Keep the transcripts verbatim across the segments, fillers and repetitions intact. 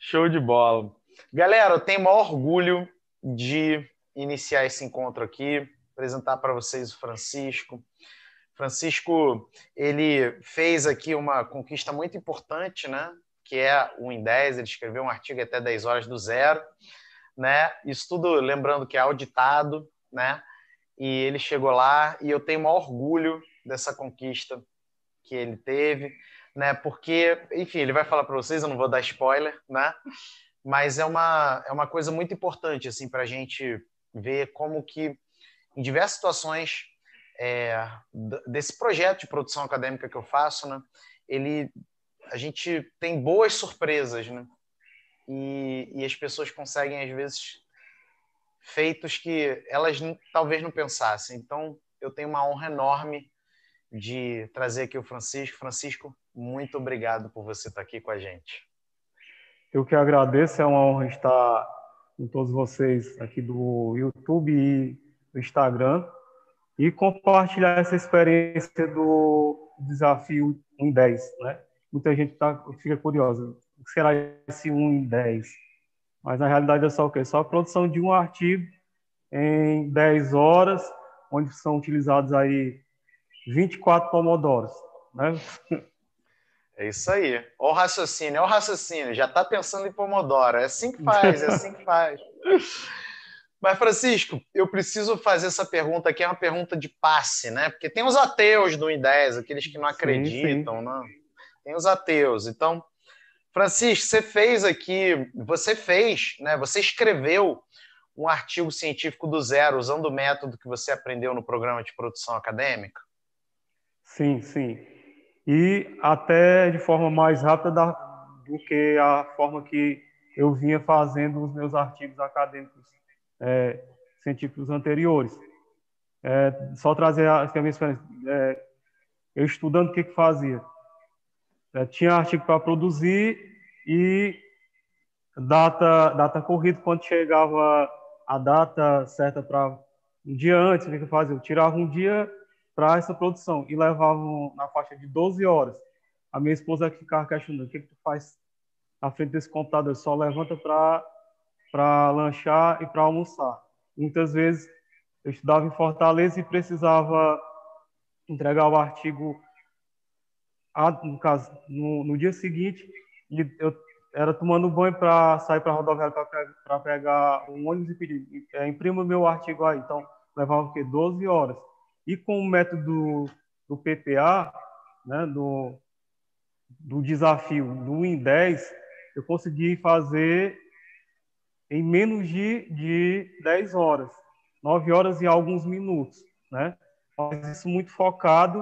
Show de bola. Galera, eu tenho o maior orgulho de iniciar esse encontro aqui, apresentar para vocês o Francisco. Francisco, ele fez aqui uma conquista muito importante, né? Que é o um em dez, ele escreveu um artigo até dez horas do zero, né? Isso tudo lembrando que é auditado, né? E ele chegou lá e eu tenho o maior orgulho dessa conquista que ele teve, né? Porque, enfim, ele vai falar para vocês, eu não vou dar spoiler, né? Mas é uma, é uma coisa muito importante assim, para a gente ver como que, em diversas situações é, desse projeto de produção acadêmica que eu faço, né, ele, a gente tem boas surpresas, né? E, e as pessoas conseguem, às vezes, feitos que elas talvez não pensassem. Então, eu tenho uma honra enorme de trazer aqui o Francisco. Francisco, muito obrigado por você estar aqui com a gente. Eu que agradeço, é uma honra estar com todos vocês aqui do YouTube e do Instagram e compartilhar essa experiência do desafio um em dez, né? Muita gente tá, fica curiosa, o que será esse um em dez? Mas na realidade é só o quê? Só a produção de um artigo em dez horas, onde são utilizados aí vinte e quatro pomodoros, né? É isso aí. Olha o raciocínio, olha o raciocínio. Já está pensando em Pomodoro. É assim que faz, é assim que faz. Mas, Francisco, eu preciso fazer essa pergunta aqui, é uma pergunta de passe, né? Porque tem os ateus do um em dez, aqueles que não Sim, sim. acreditam, né? Tem os ateus. Então, Francisco, você fez aqui, você fez, né? Você escreveu um artigo científico do zero, usando o método que você aprendeu no programa de produção acadêmica? Sim, sim. E até de forma mais rápida da, do que a forma que eu vinha fazendo os meus artigos acadêmicos é, científicos anteriores. É, só trazer a, a minha experiência. É, eu estudando, o que que fazia? É, tinha artigo para produzir e data, data corrida, quando chegava a data certa para um dia antes, o que que eu fazia? Eu tirava um dia para essa produção e levava na faixa de doze horas. A minha esposa ficava questionando, o que que tu faz na frente desse computador? Só levanta para para lanchar e para almoçar. Muitas vezes eu estudava em Fortaleza e precisava entregar o artigo, no caso, no, no dia seguinte, e eu era tomando banho para sair para a rodoviária para pegar um ônibus e pedir, é, imprima o meu artigo aí. Então, levava o quê? doze horas. E com o método do P P A, né, do, do desafio do um em dez, eu consegui fazer em menos de, de dez horas, nove horas e alguns minutos, né? Mas isso muito focado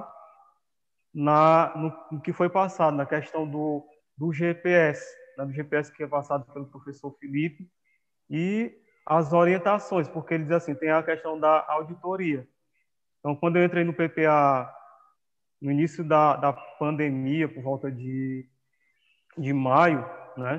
na, no, no que foi passado, na questão do, do G P S, né? Do G P S que é passado pelo professor Felipe, e as orientações, porque ele diz assim, tem a questão da auditoria. Então, quando eu entrei no P P A no início da, da pandemia, por volta de, de maio, né?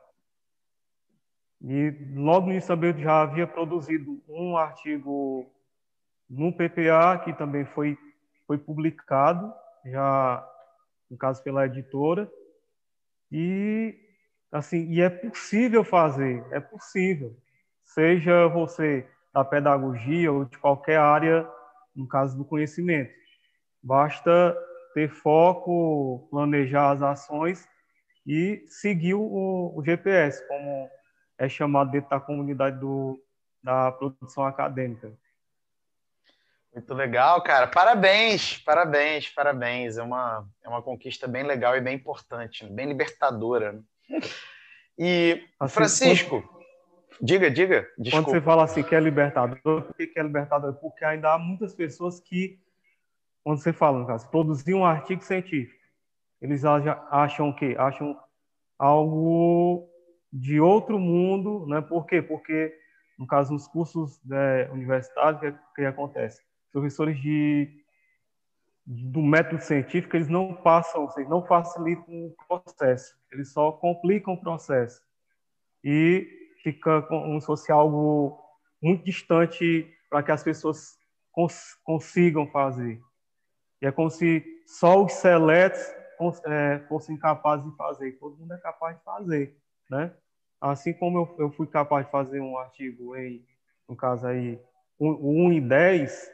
E logo no início também eu já havia produzido um artigo no P P A, que também foi, foi publicado, já, no caso, pela editora. E, assim, e é possível fazer, é possível. Seja você da pedagogia ou de qualquer área, no caso do conhecimento. Basta ter foco, planejar as ações e seguir o, o G P S, como é chamado dentro da comunidade do, da produção acadêmica. Muito legal, cara. Parabéns, parabéns, parabéns. É uma, é uma conquista bem legal e bem importante, bem libertadora, né? E, Assim, Francisco, quando, diga, diga, quando você desculpa. fala assim que é libertador, por que, que é libertador? Porque ainda há muitas pessoas que, quando você fala, no caso, produzir um artigo científico, eles acham o quê? Acham algo de outro mundo, né? Por quê? Porque, no caso, nos cursos, né, universitários, o que, que acontece? Professores de, do método científico, eles não passam, eles não facilitam o processo, eles só complicam o processo. E fica como se fosse algo muito distante para que as pessoas cons consigam fazer. E é como se só os seletos é, fossem capazes de fazer. Todo mundo é capaz de fazer, né? assim como eu, eu fui capaz de fazer um artigo em, no caso aí, o um e dez,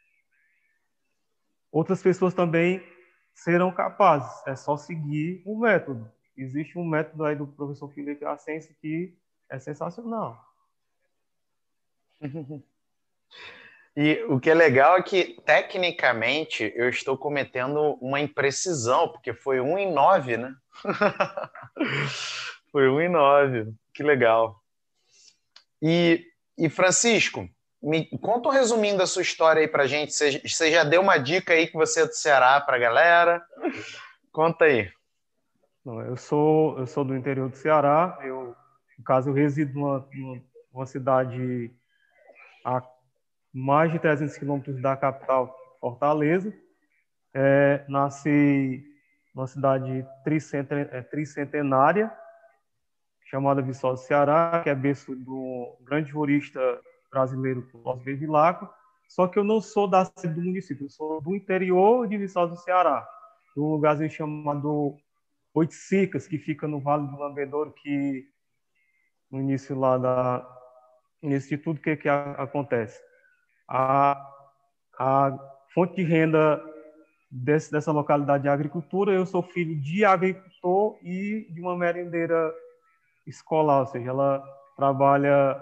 outras pessoas também serão capazes. É só seguir o método. Existe um método aí do professor Felipe Ascensi que é sensacional. E o que é legal é que, tecnicamente, eu estou cometendo uma imprecisão, porque foi um em nove, né? Foi um em nove. Que legal. E, e Francisco, me conta um resuminho da sua história aí pra gente. Você, você já deu uma dica aí que você é do Ceará pra galera? Conta aí. Não, eu sou eu sou do interior do Ceará. Eu, no caso, eu resido numa, numa cidade a mais de trezentos quilômetros da capital, Fortaleza. É, nasci numa cidade tricenten, é, tricentenária, chamada Viçosa do Ceará, que é berço do grande jurista brasileiro Clóvis Bevilacqua. Só que eu não sou da sede do município, eu sou do interior de Viçosa do Ceará, num lugarzinho chamado Oiticicas, que fica no Vale do Lambedouro, que no início lá da início de tudo que que acontece. A, a fonte de renda desse, dessa localidade de agricultura, eu sou filho de agricultor e de uma merendeira escolar, ou seja, ela trabalha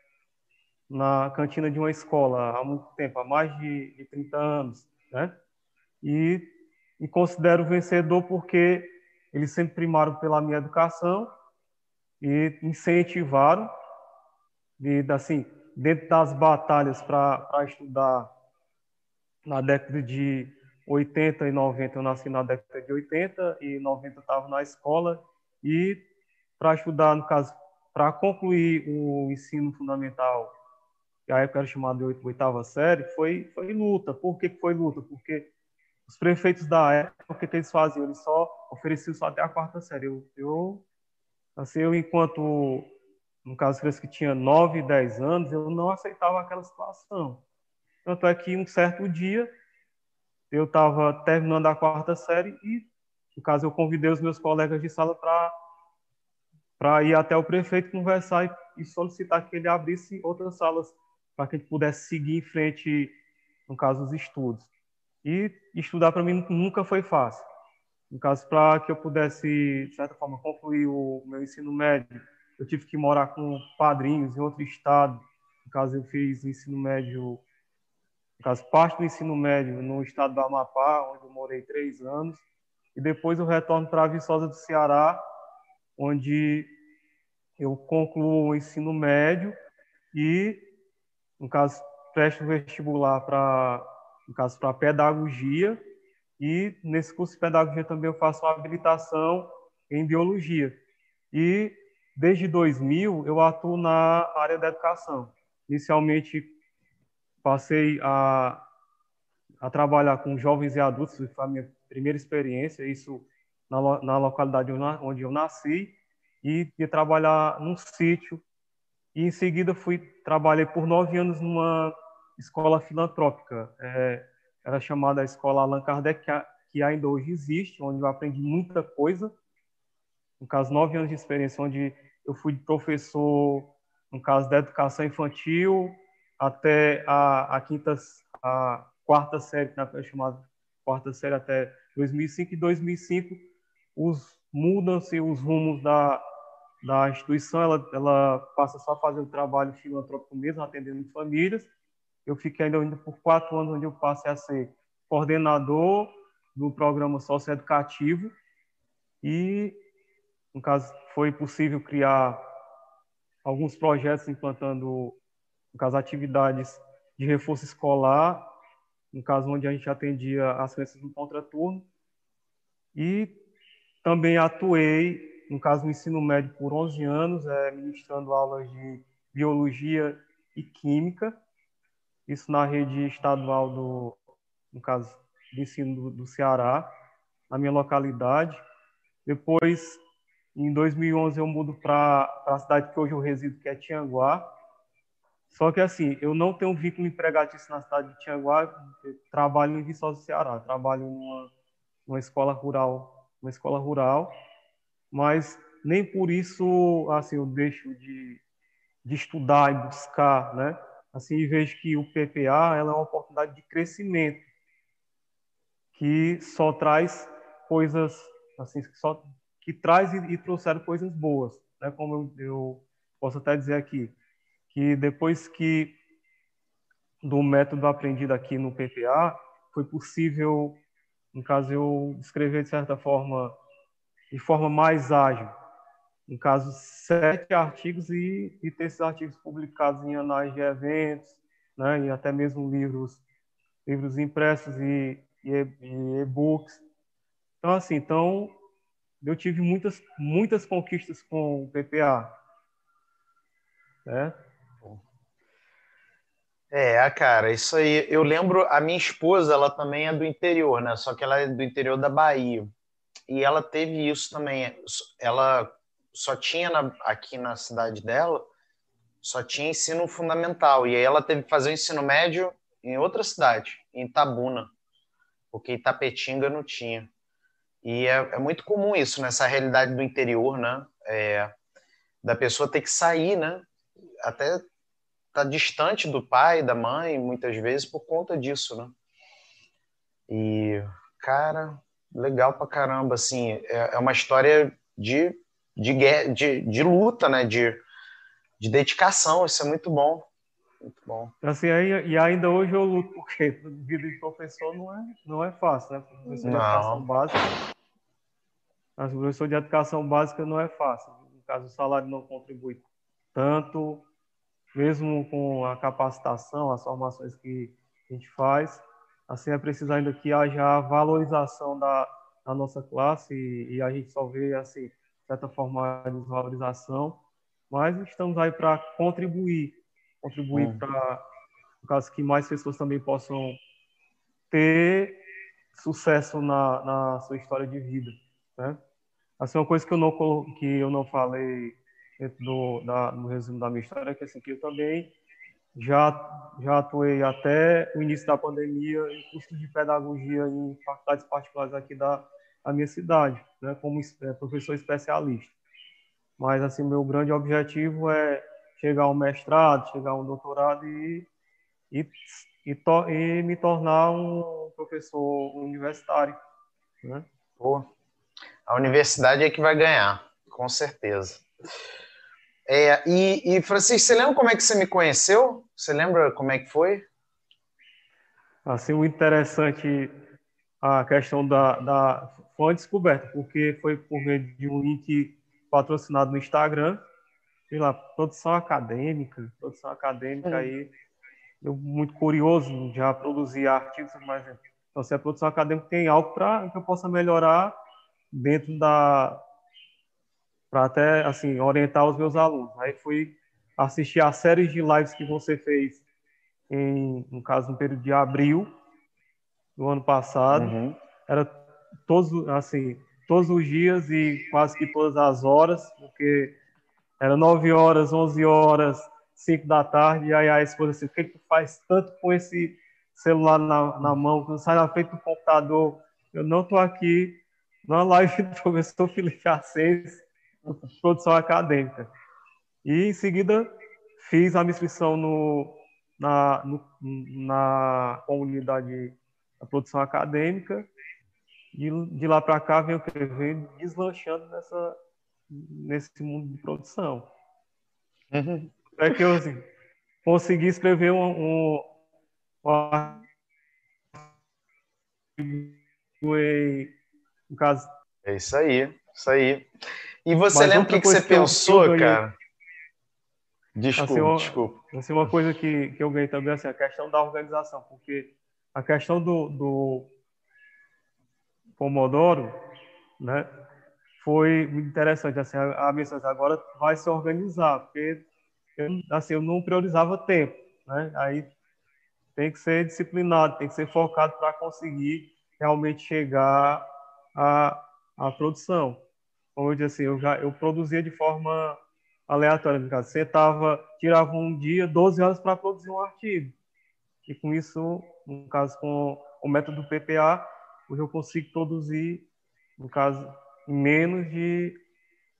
na cantina de uma escola há muito tempo, há mais de, de trinta anos, né? E me considero vencedor porque eles sempre primaram pela minha educação e incentivaram, e, assim, dentro das batalhas para estudar na década de oitenta e noventa, eu nasci na década de oitenta e noventa eu estava na escola, e para estudar, no caso, para concluir o ensino fundamental, que a época era chamada de oitava série, foi, foi luta. Por que foi luta? Porque os prefeitos da época, o que, que eles faziam? Eles só ofereciam só até a quarta série. Eu, eu, assim, eu enquanto, no caso, criança que tinha nove, dez anos, eu não aceitava aquela situação. Tanto é que um certo dia eu estava terminando a quarta série e, no caso, eu convidei os meus colegas de sala para para ir até o prefeito conversar e, e solicitar que ele abrisse outras salas para que a gente pudesse seguir em frente, no caso, os estudos. E estudar para mim nunca foi fácil. No caso, para que eu pudesse, de certa forma, concluir o meu ensino médio, eu tive que morar com padrinhos em outro estado. No caso, eu fiz ensino médio, no caso, parte do ensino médio no estado do Amapá, onde eu morei três anos. E depois eu retorno para a Viçosa do Ceará, onde eu concluo o ensino médio e, no caso, presto vestibular para, no caso, para pedagogia, e nesse curso de pedagogia também eu faço uma habilitação em biologia. E desde dois mil eu atuo na área da educação. Inicialmente passei a, a trabalhar com jovens e adultos, foi a minha primeira experiência, isso na, na localidade onde eu nasci, e ia trabalhar num sítio. E em seguida fui trabalhei por nove anos numa escola filantrópica. É, era chamada a Escola Allan Kardec, que, que ainda hoje existe, onde eu aprendi muita coisa. No caso, nove anos de experiência, onde eu fui professor, no caso da educação infantil, até a, a quinta, a quarta série, que é chamada quarta série até dois mil e cinco. E dois mil e cinco os mudam-se os rumos da da instituição, ela, ela passa só a fazer o trabalho filantrópico mesmo, atendendo famílias. Eu fiquei ainda, ainda por quatro anos, onde eu passei a ser coordenador do programa socioeducativo e, no caso, foi possível criar alguns projetos implantando, no caso, atividades de reforço escolar, no caso, onde a gente atendia as crianças no contraturno, e também atuei, no caso, no ensino médio por onze anos, é, ministrando aulas de biologia e química, isso na rede estadual do, no caso, do ensino do, do Ceará, na minha localidade. Depois, em dois mil e onze, eu mudo para a cidade que hoje eu resido, que é Tianguá. Só que, assim, eu não tenho vínculo empregatício na cidade de Tianguá, eu trabalho em Viçosa do Ceará, trabalho numa, numa escola rural, uma escola rural, mas nem por isso assim eu deixo de, de estudar e buscar, né? Assim, vejo que o P P A ela é uma oportunidade de crescimento que só traz coisas assim, que só que traz e, e trouxeram coisas boas, né? Como eu, eu posso até dizer aqui, que depois que do método aprendido aqui no P P A, foi possível, no caso, eu escrever de certa forma, de forma mais ágil, no caso, sete artigos e, e ter esses artigos publicados em anais de eventos, né? E até mesmo livros, livros impressos e, e, e e-books. Então, assim, então, eu tive muitas, muitas conquistas com o P P A, né? É, cara, isso aí. Eu lembro, a minha esposa, ela também é do interior, né? Só que ela é do interior da Bahia. E ela teve isso também. Ela só tinha na- aqui na cidade dela, só tinha ensino fundamental. E aí ela teve que fazer o ensino médio em outra cidade, em Itabuna, porque Itapetinga não tinha. E é, é muito comum isso nessa realidade do interior, né? É, da pessoa ter que sair, né? Até tá distante do pai, da mãe, muitas vezes por conta disso, né? E, cara, legal pra caramba, assim, é, é uma história de, de, guerra, de, de luta, né? De, de dedicação, isso é muito bom, muito bom. Assim, aí, e ainda hoje eu luto, porque vida de professor não é, não é fácil, né? Professor de educação Não, básica, mas professor de educação básica não é fácil. No caso, o salário não contribui tanto, mesmo com a capacitação, as formações que a gente faz, assim, é preciso ainda que haja a valorização da, da nossa classe e, e a gente só vê, assim, de certa forma, a desvalorização, mas estamos aí para contribuir, contribuir hum, para, no caso, que mais pessoas também possam ter sucesso na, na sua história de vida, né? Assim, uma coisa que eu não, colo- que eu não falei dentro do, da, no resumo da minha história é que, assim, que eu também já, já atuei até o início da pandemia em cursos de pedagogia em faculdades particulares aqui da, da minha cidade, né, como es- eh, professor especialista. Mas, assim, meu grande objetivo é chegar ao mestrado, chegar ao doutorado e, e, e, to- e me tornar um professor universitário, né? pô, a universidade é que vai ganhar, com certeza. É, e, e, Francisco, você lembra como é que você me conheceu? Você lembra como é que foi? Assim, o interessante a questão da, da foi uma descoberta, porque foi por meio de um link patrocinado no Instagram, sei lá, produção acadêmica, produção acadêmica Hum. aí, eu muito curioso, já produzi artigos, mas então, se a produção acadêmica tem algo para que eu possa melhorar dentro da, para até assim orientar os meus alunos. Aí fui assistir a série de lives que você fez em, no caso, no período de abril do ano passado. Uhum. Era todos, assim, todos os dias e quase que todas as horas, porque era nove horas, onze horas, cinco da tarde, e aí a esposa assim, o que que tu faz tanto com esse celular na, na mão, quando sai na frente do computador? Eu não estou aqui na live do professor Felipe Assis, produção acadêmica. E em seguida fiz a minha inscrição no, na, no, na comunidade da produção acadêmica. De, de lá para cá vem o que? Vem deslanchando nessa, nesse mundo de produção. Uhum. É que eu assim, consegui escrever um, um, um artigo em, no caso. É isso aí, isso aí. E você Mas lembra o outra que, que você coisa que eu, que eu pensou, ganhei, cara? assim, Desculpa, uma, desculpa. assim, uma coisa que, que eu ganhei também, assim, a questão da organização, porque a questão do, do Pomodoro, né, foi muito interessante, assim, a, a mensagem agora vai se organizar, porque eu, assim, eu não priorizava tempo, né, aí tem que ser disciplinado, tem que ser focado para conseguir realmente chegar à, à produção. Como eu disse assim, eu, já, eu produzia de forma aleatória, no caso, sentava, tirava um dia, doze horas para produzir um artigo. E com isso, no caso, com o método P P A, hoje eu consigo produzir, no caso, em menos de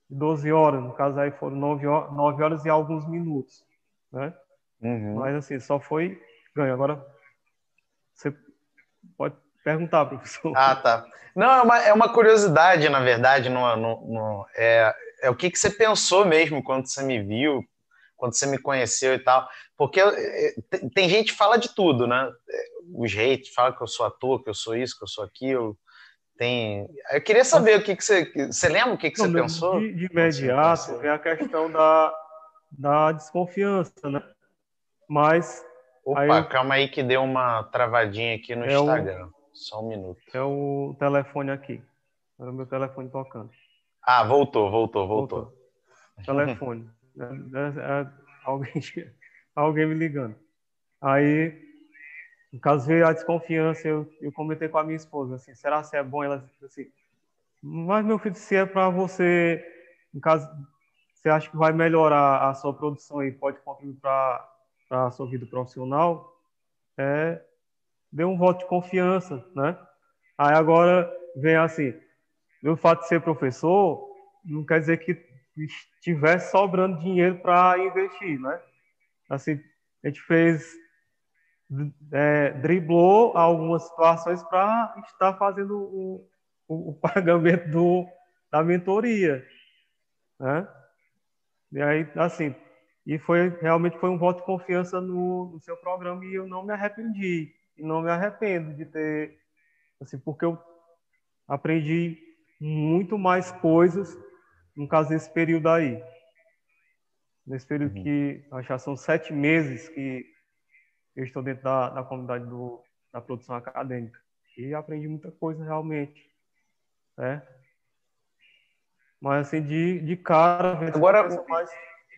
doze horas, no caso aí foram nove horas, nove horas e alguns minutos, né? Uhum. Mas assim, só foi ganho. Agora, você pode perguntar, professor. Ah, tá. Não, é uma, é uma curiosidade, na verdade, no, no, no- é, é o que, que você pensou mesmo quando você me viu, quando você me conheceu e tal. Porque é, tem, tem gente que fala de tudo, né? É, os haters falam que eu sou ator, que eu sou isso, que eu sou aquilo. Tem... Eu queria saber o que, que você... Você lembra o que, que Não, você pensou de, de quando você me imediato conheceu? vem a questão da, da desconfiança, né? Mas aí Opa, eu, calma aí que deu uma travadinha aqui no é o, Instagram. Só um minuto. é o telefone aqui. Era o meu telefone tocando. Ah, voltou, voltou, voltou. Voltou. Telefone. É, é, é alguém, alguém me ligando. Aí, no caso, veio a desconfiança, eu, eu comentei com a minha esposa, assim, será que é bom? Ela disse assim, mas, meu filho, se é para você, no caso, você acha que vai melhorar a sua produção e pode contribuir para a sua vida profissional, é, dê um voto de confiança, né? Aí agora vem assim, o fato de ser professor não quer dizer que estivesse sobrando dinheiro para investir, né? Assim, a gente fez, é, driblou algumas situações para estar fazendo o, o, o pagamento do, da mentoria, né? E aí, assim, e foi realmente foi um voto de confiança no, no seu programa e eu não me arrependi, e não me arrependo de ter, assim, porque eu aprendi muito mais coisas, no caso desse período aí. Nesse período Uhum. que, acho que já são sete meses que eu estou dentro da, da comunidade do, da produção acadêmica. E aprendi muita coisa realmente, né? Mas assim, de, de cara, a gente Agora, confiança, mas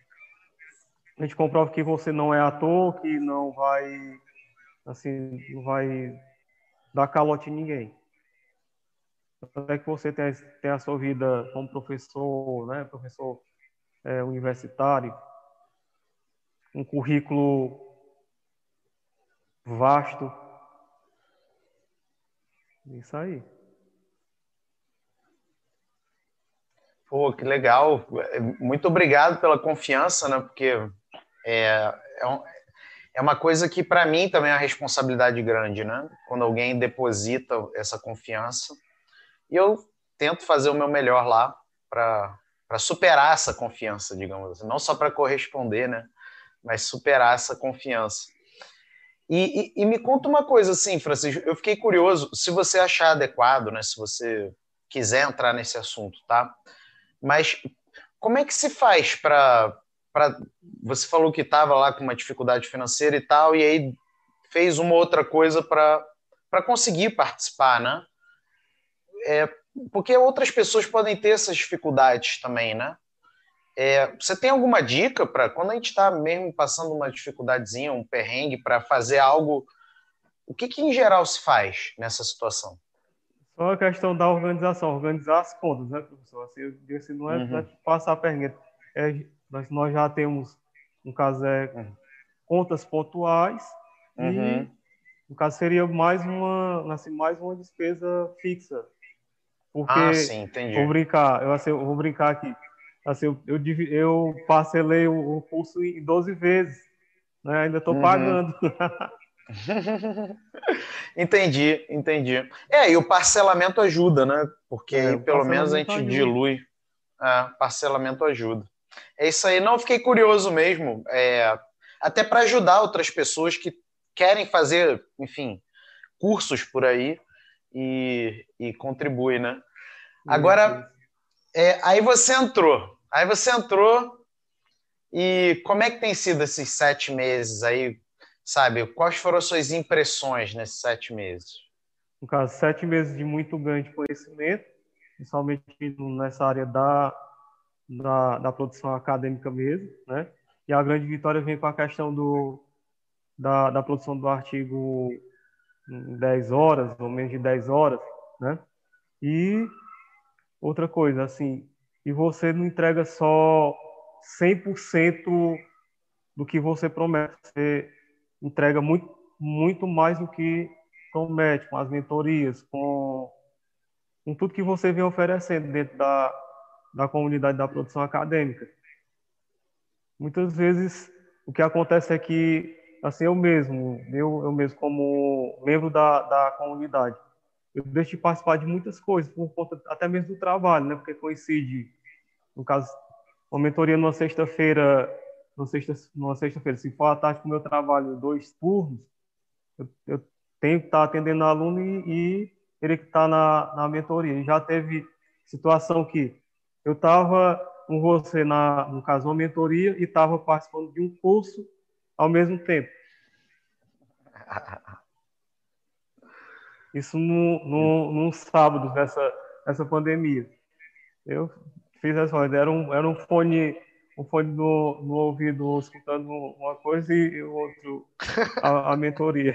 a gente comprova que você não é ator, que não vai, assim, não vai dar calote em ninguém. Até que você tem, tem a sua vida como professor, né? Professor é, universitário, um currículo vasto. Isso aí. pô, que legal. Muito obrigado pela confiança, né? Porque é, é, um- é uma coisa que, para mim, também é uma responsabilidade grande, né? Quando alguém deposita essa confiança. E eu tento fazer o meu melhor lá para para superar essa confiança, digamos assim. Não só para corresponder, né? Mas superar essa confiança. E, e, e me conta uma coisa assim, Francisco, eu fiquei curioso, se você achar adequado, né? Se você quiser entrar nesse assunto, tá? Mas como é que se faz para. Pra... Você falou que estava lá com uma dificuldade financeira e tal, e aí fez uma outra coisa para para conseguir participar, né? É, porque outras pessoas podem ter essas dificuldades também, né? É, você tem alguma dica para quando a gente está mesmo passando uma dificuldadezinha, um perrengue, para fazer algo? O que, que em geral se faz nessa situação? Só a questão da organização, organizar as contas, né, professor? Assim, eu digo assim, não é, não é Uhum, passar a pergunta. É, nós, nós já temos, no caso, é, uhum, contas pontuais e, uhum. no caso, seria mais uma, assim, mais uma despesa fixa. Ah, Porque, sim, vou entendi. brincar, eu, assim, eu vou brincar aqui. Assim, eu, eu, divi- eu parcelei o, o curso em doze vezes, né? Ainda estou Uhum. pagando. Entendi, entendi. É, e o parcelamento ajuda, né? Porque É, aí o pelo menos a parcelamento gente ajuda. dilui. É, parcelamento ajuda. É isso aí. Não, eu fiquei curioso mesmo. É, até para ajudar outras pessoas que querem fazer, enfim, cursos por aí e, e contribui, né? Isso, Agora, isso. é, aí você entrou. Aí você entrou e como é que tem sido esses sete meses aí? Sabe, quais foram as suas impressões nesses sete meses? No caso, sete meses de muito ganho de conhecimento, principalmente nessa área da, da, da produção acadêmica mesmo, né? E a grande vitória vem com a questão do, da, da produção do artigo em dez horas, ou menos de dez horas, né? E outra coisa, assim, e você não entrega só cem por cento do que você promete, você entrega muito, muito mais do que promete, com as mentorias, com, com tudo que você vem oferecendo dentro da, da comunidade da produção acadêmica. Muitas vezes, o que acontece é que, assim, eu mesmo, eu, eu mesmo como membro da, da comunidade, eu deixo de participar de muitas coisas, por conta até mesmo do trabalho, né? Porque coincide, no caso, uma mentoria numa sexta-feira, numa sexta, numa sexta-feira, se for à tarde com o meu trabalho, dois turnos, eu, eu tenho que estar atendendo aluno e, e teria que estar na, na mentoria. E já teve situação que eu estava com você, na, no caso, uma mentoria, e estava participando de um curso ao mesmo tempo. Isso no, no, num sábado dessa, dessa pandemia. Eu fiz essa coisa. Era um, era um fone, um fone no, no ouvido escutando uma coisa e o outro a, a mentoria.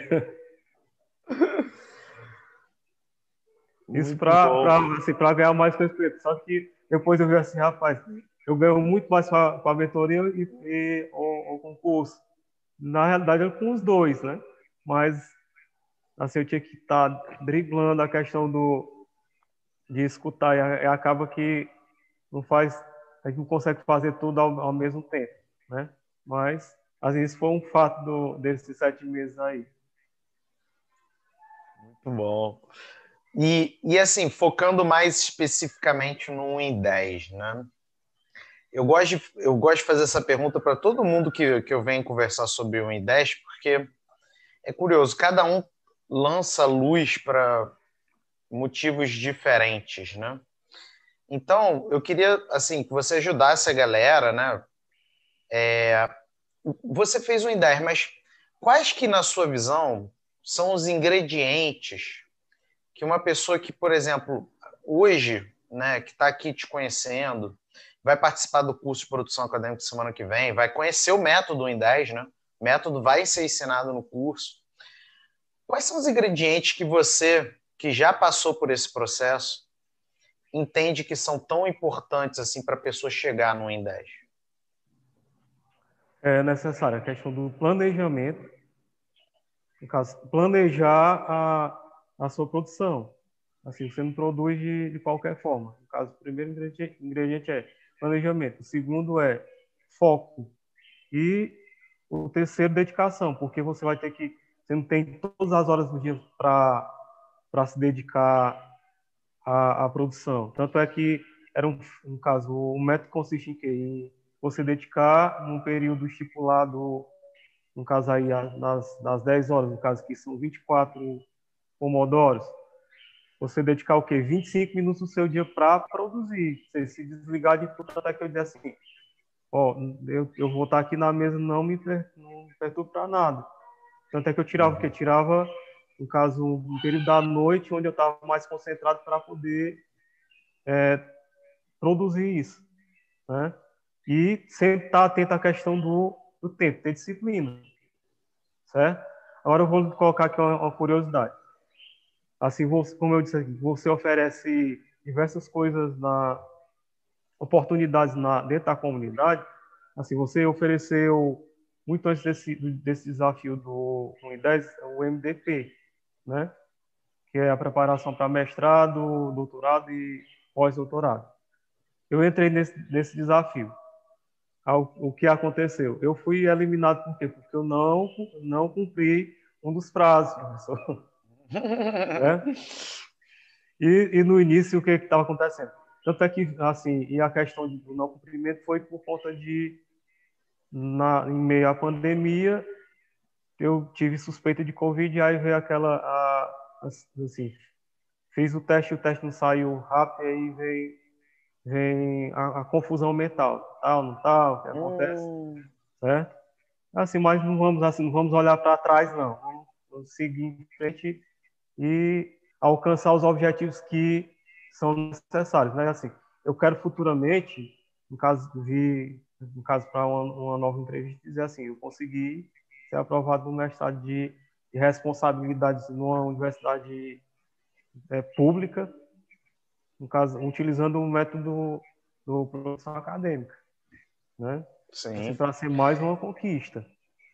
Isso para assim, ganhar mais respeito. Só que depois eu vi assim, rapaz, eu ganho muito mais com a, com a mentoria e, e o, o concurso. Na realidade, eu com os dois, né? Mas assim, eu tinha que estar driblando a questão do, de escutar e, e acaba que não faz, a gente não consegue fazer tudo ao, ao mesmo tempo, né? Mas, às vezes, foi um fato do, desses sete meses aí. Muito bom. E, e assim, focando mais especificamente no um em dez, né? Eu gosto de, eu gosto de fazer essa pergunta para todo mundo que, que eu venho conversar sobre o um em dez, porque é curioso, cada um lança luz para motivos diferentes, né? Então, eu queria, assim, que você ajudasse a galera, né? É, você fez um em dez, mas quais que, na sua visão, são os ingredientes que uma pessoa que, por exemplo, hoje, né, que está aqui te conhecendo, vai participar do curso de produção acadêmica semana que vem, vai conhecer o método em dez, né? O método vai ser ensinado no curso. Quais são os ingredientes que você, que já passou por esse processo, entende que são tão importantes assim para a pessoa chegar no em dez? É necessária a questão do planejamento, no caso, planejar a, a sua produção. Assim, você não produz de, de qualquer forma. No caso, o primeiro ingrediente, ingrediente é planejamento. O segundo é foco. E o terceiro, dedicação, porque você vai ter que... Você não tem todas as horas do dia para se dedicar à, à produção. Tanto é que, era um, um caso, o método consiste em quê? Em você dedicar num período estipulado, no caso aí, nas, nas dez horas, no caso que são vinte e quatro pomodoros, você dedicar o quê? vinte e cinco minutos do seu dia para produzir. Você se desligar de tudo, até que eu dizer assim, ó, eu, eu vou estar aqui na mesa, não me, não me perturbo para nada. Tanto é que eu tirava, porque tirava, no caso, um período da noite, onde eu estava mais concentrado para poder é, produzir isso, né? E sempre estar atento à questão do, do tempo, ter disciplina, certo? Agora eu vou colocar aqui uma, uma curiosidade. Assim, você, como eu disse aqui, você oferece diversas coisas, na oportunidades na, dentro da comunidade. Assim, você ofereceu, muito antes desse, desse desafio do um em dez, o M D P, né? Que é a preparação para mestrado, doutorado e pós-doutorado. Eu entrei nesse, nesse desafio. O que aconteceu? Eu fui eliminado por quê? Porque eu não, não cumpri um dos prazos, professor. Né? E, e no início, o que estava acontecendo? Tanto é que, assim, e a questão do não cumprimento foi por conta de, na, em meio à pandemia, eu tive suspeita de Covid, aí veio aquela, a, assim, fiz o teste, o teste não saiu rápido, aí vem, vem a, a confusão mental, tal, não tal, o que acontece, hum. certo? Assim, mas não vamos, assim, não vamos olhar para trás, não. Vamos, vamos seguir em frente e alcançar os objetivos que são necessários, né? Assim, eu quero futuramente, no caso de, no caso para uma, uma nova entrevista, dizer assim, eu consegui ser aprovado no mestrado de, de responsabilidades numa universidade é, pública, no caso, utilizando o método do produção acadêmica, né? Sim. Assim, para ser mais uma conquista.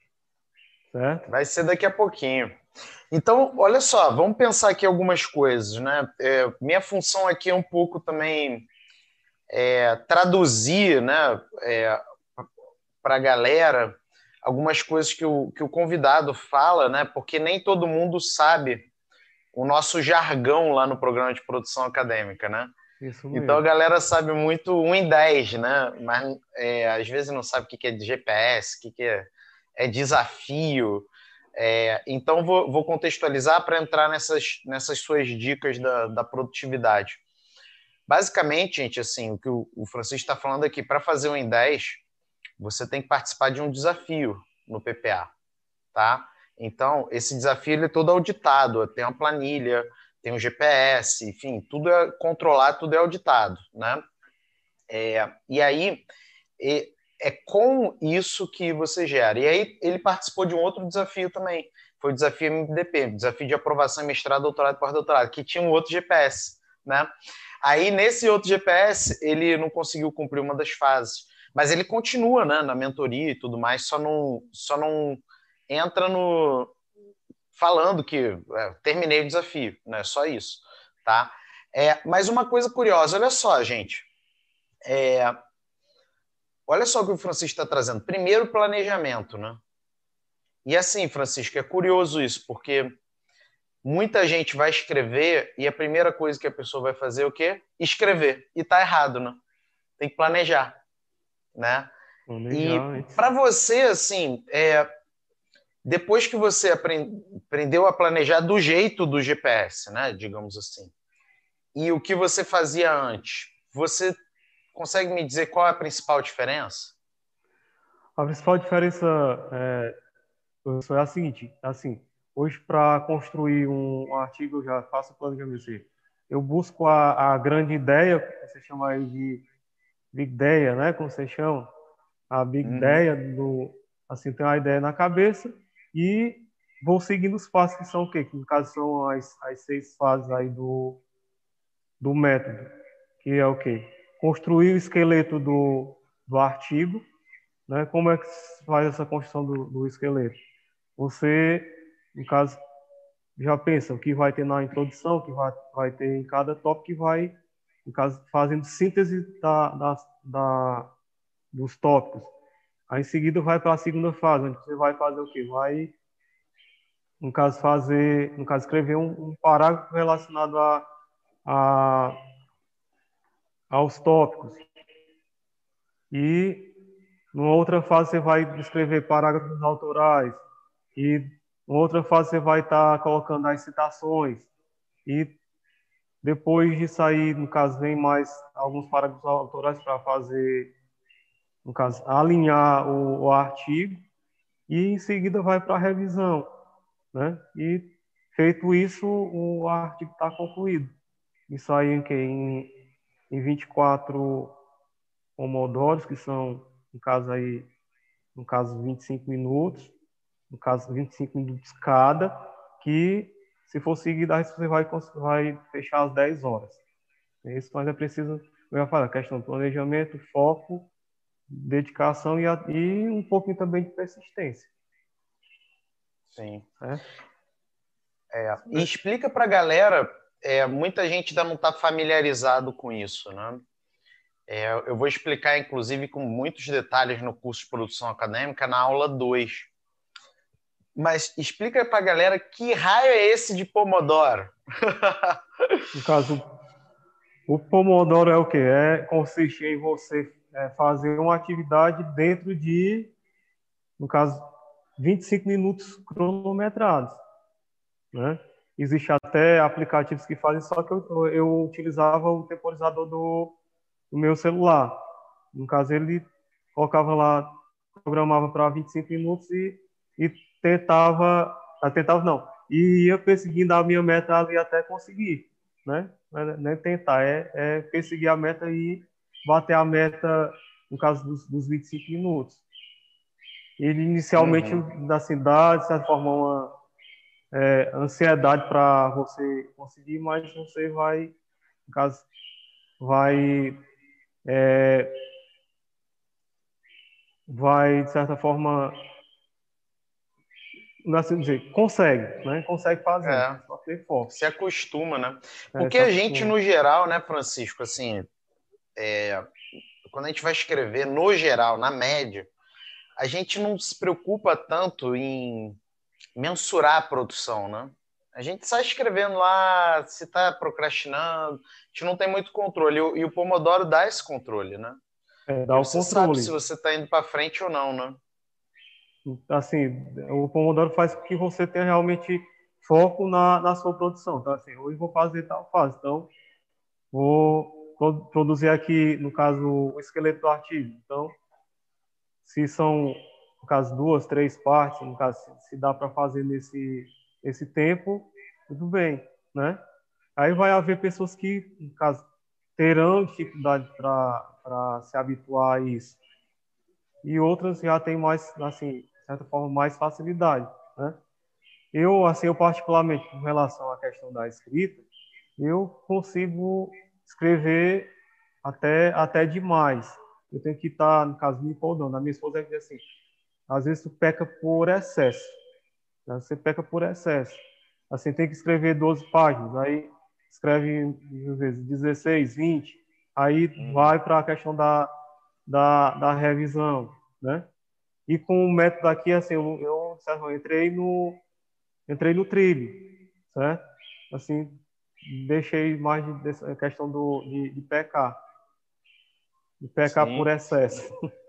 Certo? Vai ser daqui a pouquinho. Então, olha só, vamos pensar aqui algumas coisas, né? É, minha função aqui é um pouco também é, traduzir, né, é, para a galera algumas coisas que o, que o convidado fala, né, porque nem todo mundo sabe o nosso jargão lá no programa de produção acadêmica, né? Isso Então a mesmo. galera sabe muito um em dez, né? Mas é, às vezes não sabe o que é de G P S, o que é, é desafio. É, então vou, vou contextualizar para entrar nessas, nessas suas dicas da, da produtividade. Basicamente, gente, assim, o que o, o Francisco está falando aqui, para fazer um em dez, você tem que participar de um desafio no P P A, tá? Então, esse desafio ele é todo auditado, tem uma planilha, tem um G P S, enfim, tudo é controlado, tudo é auditado, né? É, e aí, é, é com isso que você gera. E aí, ele participou de um outro desafio também, foi o desafio M D P, desafio de aprovação em mestrado, doutorado e pós-doutorado, que tinha um outro G P S, né? Aí, nesse outro G P S, ele não conseguiu cumprir uma das fases, mas ele continua, né, na mentoria e tudo mais, só não, só não entra no falando que é, terminei o desafio, né? Só isso, tá? É, mas uma coisa curiosa, olha só, gente. É, olha só o que o Francisco está trazendo. Primeiro, planejamento, né? E assim, Francisco, é curioso isso, porque muita gente vai escrever e a primeira coisa que a pessoa vai fazer é o quê? Escrever. E tá errado, né? Tem que planejar, né? E Planejar antes. para você, assim, é, depois que você aprendeu a planejar do jeito do G P S, né, digamos assim, e o que você fazia antes, você consegue me dizer qual é a principal diferença? A principal diferença é, professor, é a seguinte, assim, hoje para construir um artigo eu já faço o planejamento. Assim, eu busco a, a grande ideia, que você chama aí de big ideia, né, como você chama, a big Uhum. ideia do, assim, tem uma ideia na cabeça e vou seguindo os passos que são o quê? Que no caso são as, as seis fases aí do, do método, que é o quê? Construir o esqueleto do, do artigo, né? Como é que se faz essa construção do, do esqueleto? Você, no caso, já pensa o que vai ter na introdução, o que vai, vai ter em cada tópico, que vai, no caso, fazendo síntese da, da, da, dos tópicos. Aí, em seguida, vai para a segunda fase, onde você vai fazer o quê? Vai, no caso, fazer, no caso, escrever um, um parágrafo relacionado a, a, aos tópicos. E, numa outra fase, você vai escrever parágrafos autorais. E, numa outra fase, você vai estar colocando as citações. E, depois de sair, no caso, vem mais alguns parágrafos autorais para fazer, no caso, alinhar o, o artigo. E, em seguida, vai para a revisão, né? E feito isso, o artigo está concluído. Isso aí em, que? em, em vinte e quatro pomodoros, que são, no caso aí, no caso vinte e cinco minutos, no caso vinte e cinco minutos cada, que se for seguido, aí você vai, vai fechar às dez horas. É isso, mas é preciso, eu ia falar, questão de planejamento, foco, dedicação e, a, e um pouquinho também de persistência. Sim. Né? É, e explica para a galera, é, muita gente ainda não está familiarizado com isso, né? É, eu vou explicar, inclusive, com muitos detalhes no curso de produção acadêmica, na aula dois. Mas explica para a galera que raio é esse de Pomodoro? No caso, o Pomodoro é o quê? É, consiste em você é, fazer uma atividade dentro de, no caso, vinte e cinco minutos cronometrados, né? Existe até aplicativos que fazem, só que eu, eu utilizava o temporizador do, do meu celular. No caso, ele colocava lá, programava para vinte e cinco minutos e, e tentava, ah, tentava não, e ia perseguindo a minha meta ali até conseguir, né? Não é tentar, é, é perseguir a meta e bater a meta, no caso dos, dos vinte e cinco minutos. Ele inicialmente, Uhum. assim, dá, de certa forma, uma é, ansiedade para você conseguir, mas você vai, no caso, vai, é, vai, de certa forma, assim dizer, consegue, né? Consegue fazendo, É, só ter foco. se acostuma, né? É, Porque se a gente, acostuma. no geral, né, Francisco, assim, é, quando a gente vai escrever, no geral, na média, a gente não se preocupa tanto em mensurar a produção, né? A gente sai escrevendo lá, se está procrastinando, a gente não tem muito controle. E o, e o Pomodoro dá esse controle, né? É, dá E o você sabe se controle. você está indo para frente ou não, né? Assim, o Pomodoro faz com que você tenha realmente foco na, na sua produção. Então, assim, hoje vou fazer tal fase. Então, vou pro- produzir aqui, no caso, o esqueleto do artigo. Então, se são, no caso, duas, três partes, no caso, se dá para fazer nesse esse tempo, tudo bem, né? Aí vai haver pessoas que, no caso, terão dificuldade para se habituar a isso. E outras já têm mais, assim, de certa forma, mais facilidade, né? Eu, assim, eu particularmente, com relação à questão da escrita, eu consigo escrever até, até demais. Eu tenho que estar, no caso, me podando. A minha esposa diz assim, às vezes tu peca por excesso, né? Você peca por excesso. Assim, tem que escrever doze páginas, aí escreve, às vezes, dezesseis, vinte, aí Uhum. vai para a questão da, da, da revisão, né? E com o método aqui, assim, eu, eu, eu entrei no, entrei no trilho, certo? Assim, deixei mais de, dessa questão do, de, de pecar, de pecar por Sim. excesso.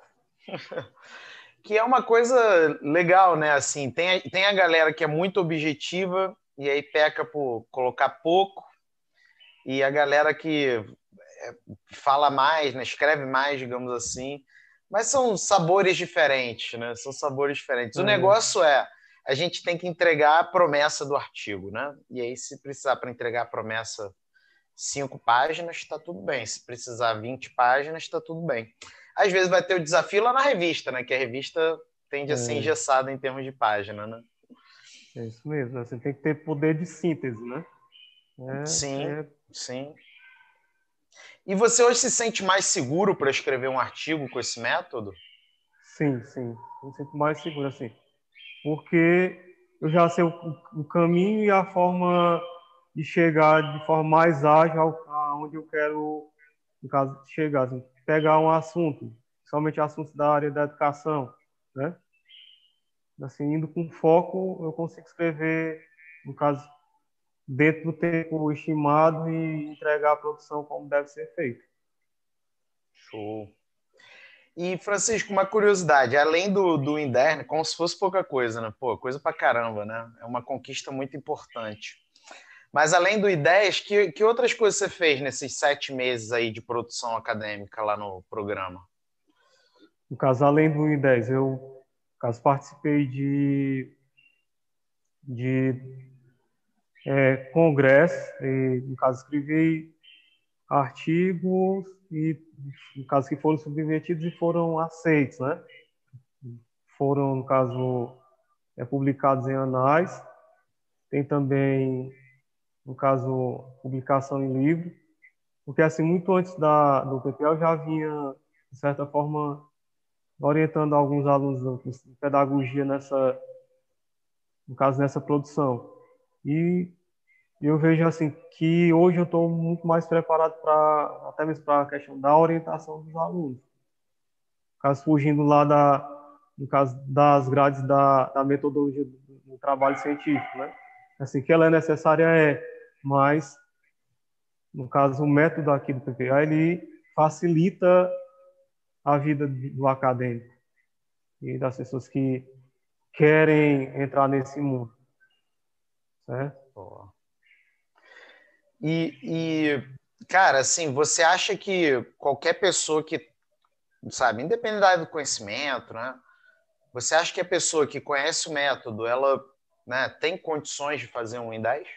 Que é uma coisa legal, né? Assim, tem, a- tem a galera que é muito objetiva e aí peca por colocar pouco, e a galera que fala mais, né? Escreve mais, digamos assim. Mas são sabores diferentes, né? São sabores diferentes. O É, negócio é, a gente tem que entregar a promessa do artigo, né? E aí, se precisar para entregar a promessa cinco páginas, está tudo bem. Se precisar vinte páginas, está tudo bem. Às vezes vai ter o desafio lá na revista, né? Que a revista tende a ser é, engessada em termos de página, né? é isso mesmo. Você tem que ter poder de síntese, né? É, Sim, é, sim. E você hoje se sente mais seguro para escrever um artigo com esse método? sim, sim. Eu me sinto mais seguro, assim. Porque eu já sei o, o caminho e a forma de chegar de forma mais ágil ao- aonde eu quero, no caso, chegar. Assim, pegar um assunto, somente assuntos da área da educação, né? Assim, indo com foco, eu consigo escrever, no caso, dentro do tempo estimado e entregar a produção como deve ser feito. Show. E, Francisco, uma curiosidade, além do, do Inderno, como se fosse pouca coisa, né? Pô, coisa pra caramba, né? É uma conquista muito importante. Mas além do Ideias, que, que outras coisas você fez nesses sete meses aí de produção acadêmica lá no programa? No caso, além do I dez, eu, no caso, participei de, de é, congresso, e, no caso, escrevi artigos e, no caso, que foram submetidos e foram aceitos, né? Foram, no caso, é, publicados em anais. Tem também, no caso, publicação em livro. Porque, assim, muito antes da, do P P A, eu já vinha, de certa forma, orientando alguns alunos do curso de pedagogia nessa, no caso, nessa produção. E eu vejo, assim, que hoje eu estou muito mais preparado para, até mesmo para a questão da orientação dos alunos. No caso, fugindo lá da, no caso, das grades da, da metodologia do, do trabalho científico, né? Assim, que ela é necessária, é, mas, no caso, o método aqui do P P A, ele facilita a vida do acadêmico e das pessoas que querem entrar nesse mundo, certo? Pô. E, e, cara, assim, você acha que qualquer pessoa que, sabe, independente da área do conhecimento, né? Você acha que a pessoa que conhece o método, ela, né, tem condições de fazer um em dez?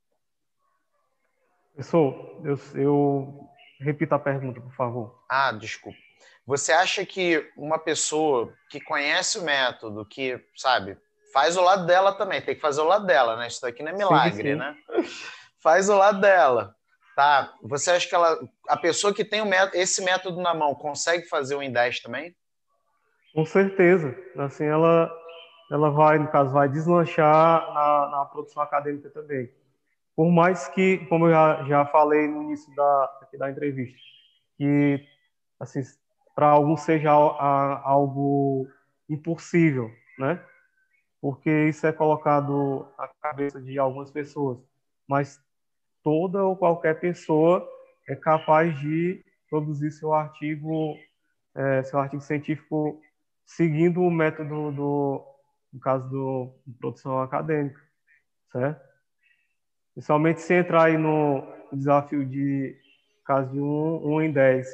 Pessoal, eu, eu repito a pergunta, por favor. Ah, desculpa. Você acha que uma pessoa que conhece o método, que, sabe, faz o lado dela também, tem que fazer o lado dela, né? Isso daqui não é Sim, milagre, sim. né? Faz o lado dela, tá? Você acha que ela, a pessoa que tem o método, esse método na mão consegue fazer o em dez também? Com certeza. Assim, ela, ela vai, no caso, vai deslanchar na, na produção acadêmica também. Por mais que, como eu já, já falei no início da, aqui da entrevista, que assim, para alguns seja algo impossível, né? Porque isso é colocado na cabeça de algumas pessoas, mas toda ou qualquer pessoa é capaz de produzir seu artigo, é, seu artigo científico seguindo o método do, no caso do de produção acadêmica, certo? Principalmente se entrar aí no desafio de caso de um, um em dez,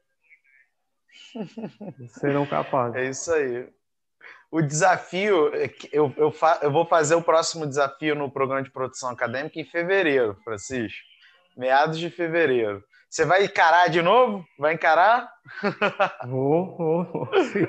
serão capazes. É isso aí. O desafio, eu, eu, fa, eu vou fazer o próximo desafio no programa de produção acadêmica em fevereiro, Francisco. Meados de fevereiro. Você vai encarar de novo? Vai encarar? Vou, vou, vou, sim.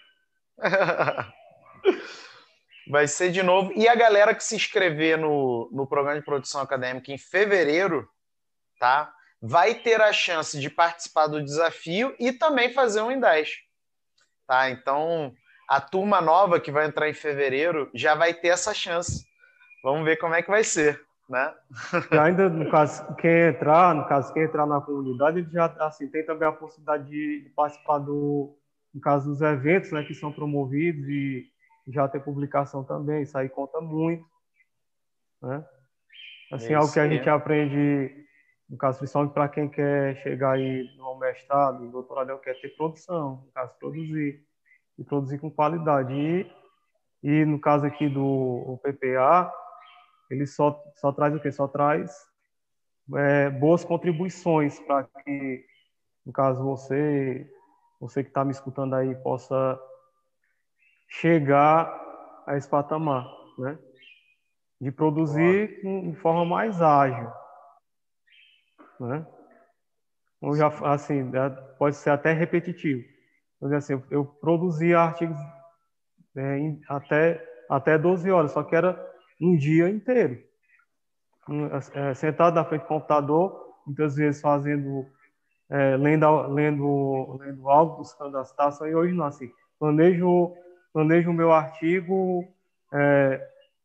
Vai ser de novo. E a galera que se inscrever no, no programa de produção acadêmica em fevereiro, tá? Vai ter a chance de participar do desafio e também fazer um em dez. Tá? Então, a turma nova que vai entrar em fevereiro já vai ter essa chance. Vamos ver como é que vai ser, né? E ainda, no caso, quem entrar, no caso, quem entrar na comunidade, ele já assim, tem também a possibilidade de, de participar do, no caso, dos eventos, né, que são promovidos e já ter publicação também, isso aí conta muito, né? Assim, É algo que isso a aí. gente aprende, no caso, principalmente para quem quer chegar aí no mestrado, no doutorado, quer ter produção, no caso, produzir, e produzir com qualidade. E, e no caso aqui do P P A, ele só, só traz o quê? Só traz é, boas contribuições para que, no caso, você, você que está me escutando aí, possa chegar a esse patamar, né? De Ó, produzir de forma mais ágil, né? Eu já, assim, pode ser até repetitivo. Mas, assim, eu, eu produzia artigos é, em, até, até doze horas, só que era um dia inteiro. Um, é, sentado na frente do computador, muitas vezes fazendo, é, lendo, lendo, lendo algo, buscando a citação, e hoje não, assim, planejo, planejo o meu artigo, é,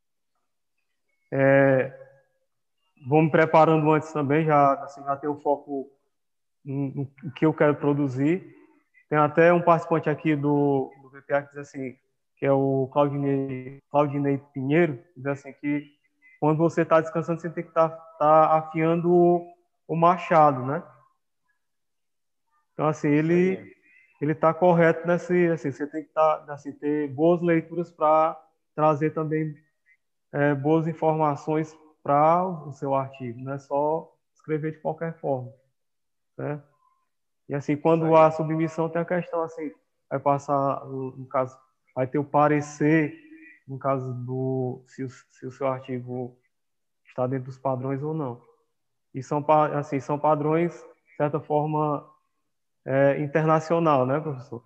é, vou me preparando antes também, já, assim, já tenho foco no, no que eu quero produzir. Tem até um participante aqui do, do V P A que diz assim, que é o Claudinei, Claudinei Pinheiro, diz assim que quando você está descansando, você tem que estar tá, tá afiando o, o machado, né? Então, assim, isso aí. ele ele está correto nesse, assim, você tem que tá, assim, ter boas leituras para trazer também é, boas informações para o seu artigo, não é só escrever de qualquer forma, né? E assim, Isso quando aí. a submissão tem a questão assim, vai passar, no caso, vai ter o parecer, no caso do se o, se o seu artigo está dentro dos padrões ou não. E são assim, são padrões, de certa forma, é, internacional, né, professor?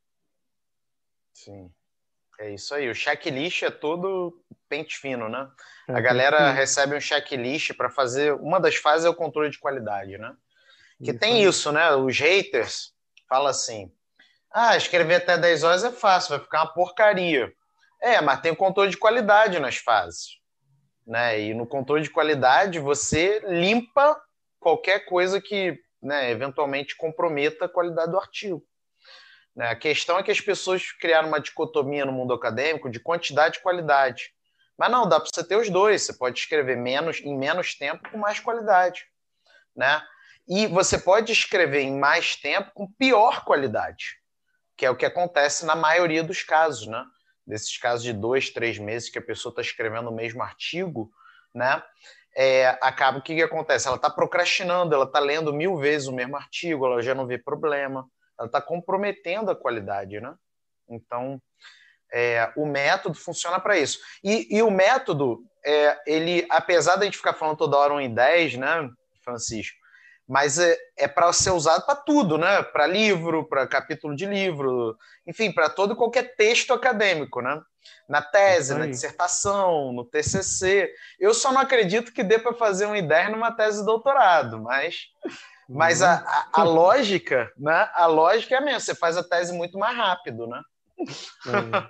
Sim. É isso aí. O checklist é todo pente fino, né? A É, pente galera fino. recebe um checklist para fazer. Uma das fases é o controle de qualidade, né? Que Isso tem aí. isso, né? Os haters falam assim: ah, escrever até dez horas é fácil, vai ficar uma porcaria. É, mas tem o controle de qualidade nas fases, né? E no controle de qualidade você limpa qualquer coisa que, né, eventualmente comprometa a qualidade do artigo. Né? A questão é que as pessoas criaram uma dicotomia no mundo acadêmico de quantidade e qualidade. Mas não, dá para você ter os dois. Você pode escrever menos em menos tempo com mais qualidade, né? E você pode escrever em mais tempo com pior qualidade, que é o que acontece na maioria dos casos, né? Desses casos de dois, três meses que a pessoa está escrevendo o mesmo artigo, né? É, acaba o que, que acontece? Ela está procrastinando, ela está lendo mil vezes o mesmo artigo, ela já não vê problema, ela está comprometendo a qualidade, né? Então, é, o método funciona para isso. E, e o método, é, ele, apesar de a gente ficar falando toda hora um em dez, né, Francisco? Mas é, é para ser usado para tudo, né? Para livro, para capítulo de livro, enfim, para todo e qualquer texto acadêmico, né? Na Isso tese, na aí. dissertação, no T C C. Eu só não acredito que dê para fazer um em dez numa tese de doutorado, mas, mas a, Não. a, a lógica, né? A lógica é a mesma. Você faz a tese muito mais rápido, né? É.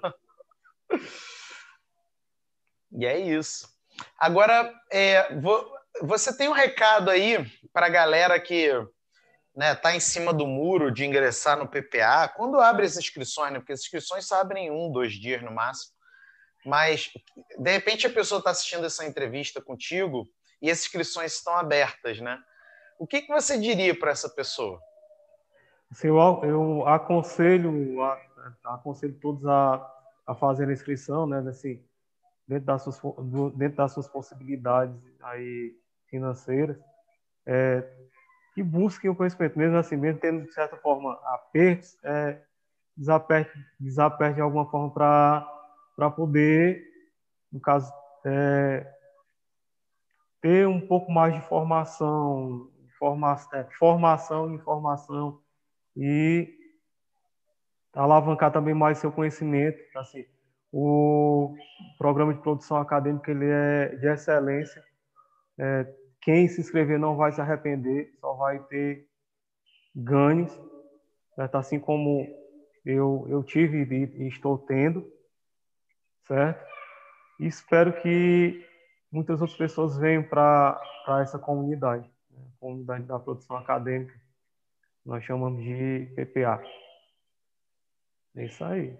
E é isso. Agora, é, vou, você tem um recado aí para a galera que né, tá em cima do muro de ingressar no P P A, quando abre as inscrições, né, porque as inscrições só abrem em um, dois dias no máximo, mas de repente a pessoa está assistindo essa entrevista contigo e as inscrições estão abertas, né? O que, que você diria para essa pessoa? Assim, eu, eu aconselho, a, aconselho todos a, a fazer a inscrição, né, assim, dentro das suas, dentro das suas possibilidades aí financeiras, é, que busquem o conhecimento, mesmo assim, mesmo tendo, de certa forma, apertos, é, desaperte, desaperte de alguma forma para poder, no caso, é, ter um pouco mais de formação, forma, é, formação e informação e alavancar também mais seu conhecimento. Assim, o programa de produção acadêmica ele é de excelência. É, quem se inscrever não vai se arrepender, só vai ter ganhos, certo? Assim como eu, eu tive e estou tendo, certo? E espero que muitas outras pessoas venham para essa comunidade, né? Comunidade da produção acadêmica, nós chamamos de P P A. É isso aí.